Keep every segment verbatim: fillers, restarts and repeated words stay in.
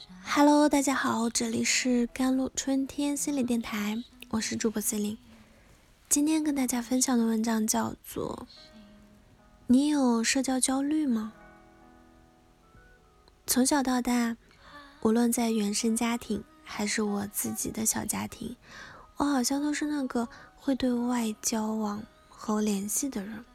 Hello，大家好，这里是甘露春天心理电台，我是主播心灵。今天跟大家分享的文章叫做你有社交焦虑吗？从小到大，无论在原生家庭还是我自己的小家庭，我好像都是那个会对外交往和联系的人。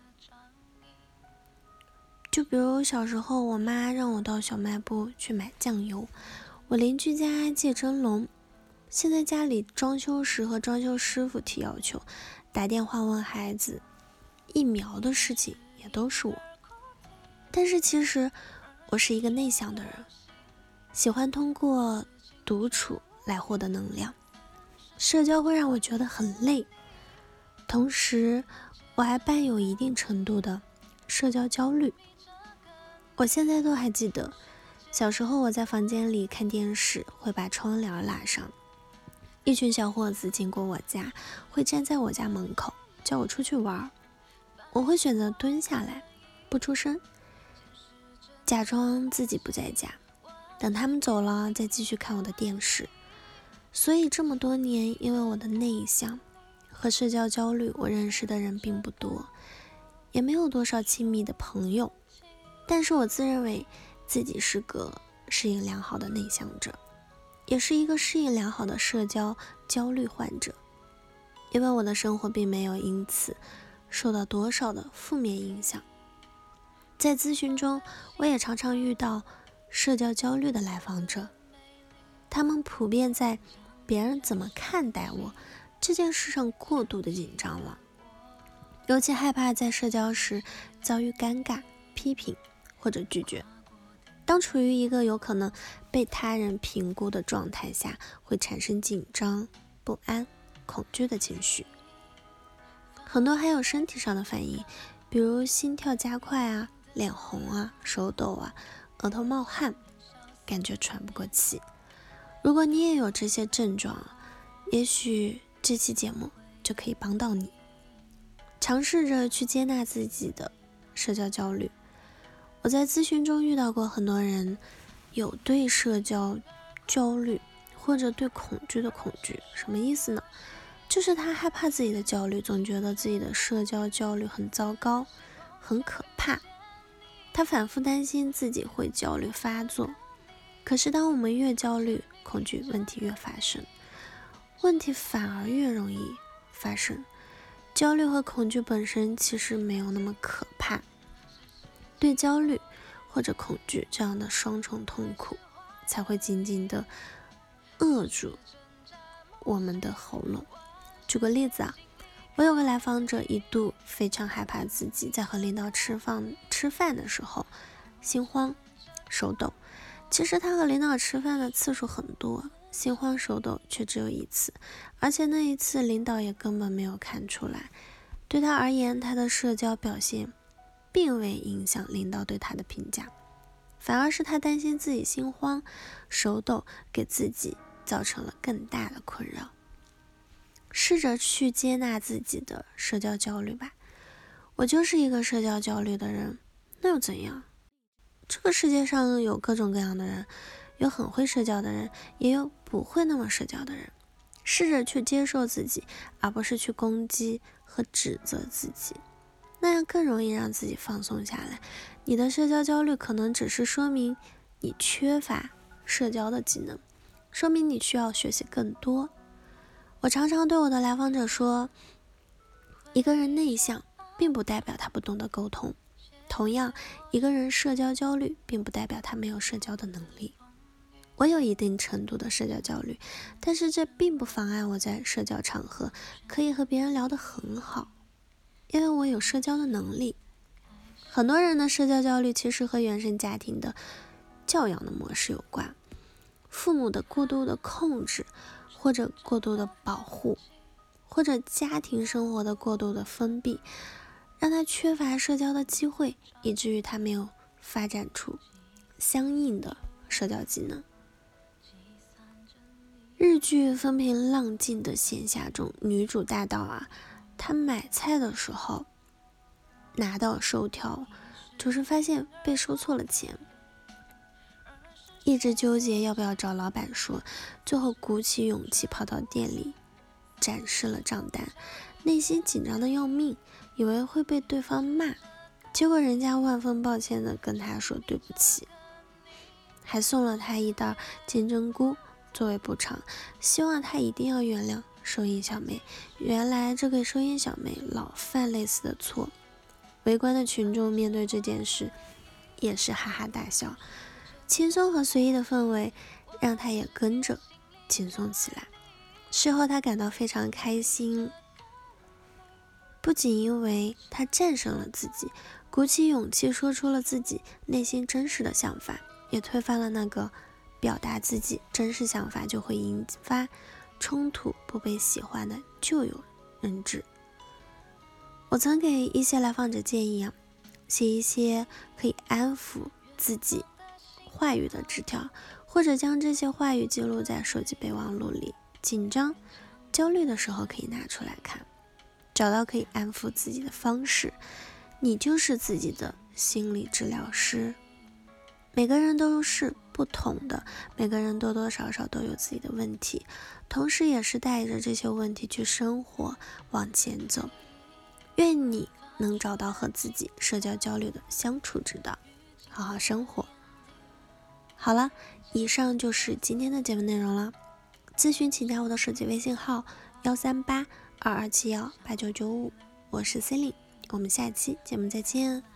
就比如小时候我妈让我到小卖部去买酱油，我邻居家借蒸笼，现在家里装修时和装修师傅提要求，打电话问孩子疫苗的事情也都是我。但是其实我是一个内向的人，喜欢通过独处来获得能量，社交会让我觉得很累，同时我还伴有一定程度的社交焦虑。我现在都还记得小时候我在房间里看电视会把窗帘拉上，一群小伙子经过我家会站在我家门口叫我出去玩，我会选择蹲下来不出声，假装自己不在家，等他们走了再继续看我的电视。所以这么多年，因为我的内向和社交焦虑，我认识的人并不多，也没有多少亲密的朋友，但是我自认为自己是个适应良好的内向者，也是一个适应良好的社交焦虑患者，因为我的生活并没有因此受到多少的负面影响。在咨询中，我也常常遇到社交焦虑的来访者，他们普遍在别人怎么看待我这件事上过度的紧张了，尤其害怕在社交时遭遇尴尬、批评或者拒绝。当处于一个有可能被他人评估的状态下，会产生紧张、不安、恐惧的情绪。很多还有身体上的反应，比如心跳加快啊、脸红啊、手抖啊、额头冒汗、感觉喘不过气。如果你也有这些症状，也许这期节目就可以帮到你。尝试着去接纳自己的社交焦虑。我在咨询中遇到过很多人有对社交焦虑或者对恐惧的恐惧。什么意思呢？就是他害怕自己的焦虑，总觉得自己的社交焦虑很糟糕，很可怕。他反复担心自己会焦虑发作。可是当我们越焦虑，恐惧问题越发生，问题反而越容易发生。焦虑和恐惧本身其实没有那么可怕，对焦虑或者恐惧这样的双重痛苦才会紧紧的扼住我们的喉咙。举个例子啊，我有个来访者一度非常害怕自己在和领导吃饭吃饭的时候心慌手抖，其实他和领导吃饭的次数很多，心慌手抖却只有一次，而且那一次领导也根本没有看出来。对他而言，他的社交表现并未影响领导对他的评价，反而是他担心自己心慌手抖给自己造成了更大的困扰。试着去接纳自己的社交焦虑吧。我就是一个社交焦虑的人，那又怎样？这个世界上有各种各样的人，有很会社交的人，也有不会那么社交的人。试着去接受自己，而不是去攻击和指责自己，那样更容易让自己放松下来。你的社交焦虑可能只是说明你缺乏社交的技能，说明你需要学习更多。我常常对我的来访者说，一个人内向并不代表他不懂得沟通，同样一个人社交焦虑并不代表他没有社交的能力。我有一定程度的社交焦虑，但是这并不妨碍我在社交场合可以和别人聊得很好，因为我有社交的能力。很多人的社交焦虑其实和原生家庭的教养的模式有关，父母的过度的控制，或者过度的保护，或者家庭生活的过度的封闭，让他缺乏社交的机会，以至于他没有发展出相应的社交技能。日剧风平浪静的闲暇中，女主大道啊，她买菜的时候拿到收条，就是发现被收错了钱。 一直纠结要不要找老板说，最后鼓起勇气跑到店里展示了账单，内心紧张的要命，以为会被对方骂，结果人家万分抱歉的跟他说对不起，还送了他一袋金针菇作为补偿，希望他一定要原谅收银小妹。原来这个收银小妹老犯类似的错，围观的群众面对这件事也是哈哈大笑，轻松和随意的氛围让他也跟着轻松起来。事后他感到非常开心，不仅因为他战胜了自己，鼓起勇气说出了自己内心真实的想法，也推翻了那个表达自己真实想法就会引发冲突、不被喜欢的旧有认知。我曾给一些来访者建议啊，写一些可以安抚自己话语的纸条，或者将这些话语记录在手机备忘录里，紧张、焦虑的时候可以拿出来看，找到可以安抚自己的方式。你就是自己的心理治疗师。每个人都是不同的，每个人多多少少都有自己的问题，同时也是带着这些问题去生活，往前走。愿你能找到和自己社交焦虑的相处之道，好好生活。好了，以上就是今天的节目内容了。咨询请加我的手机微信号幺三八二二七幺八九九五，我是 Celine，我们下期节目再见。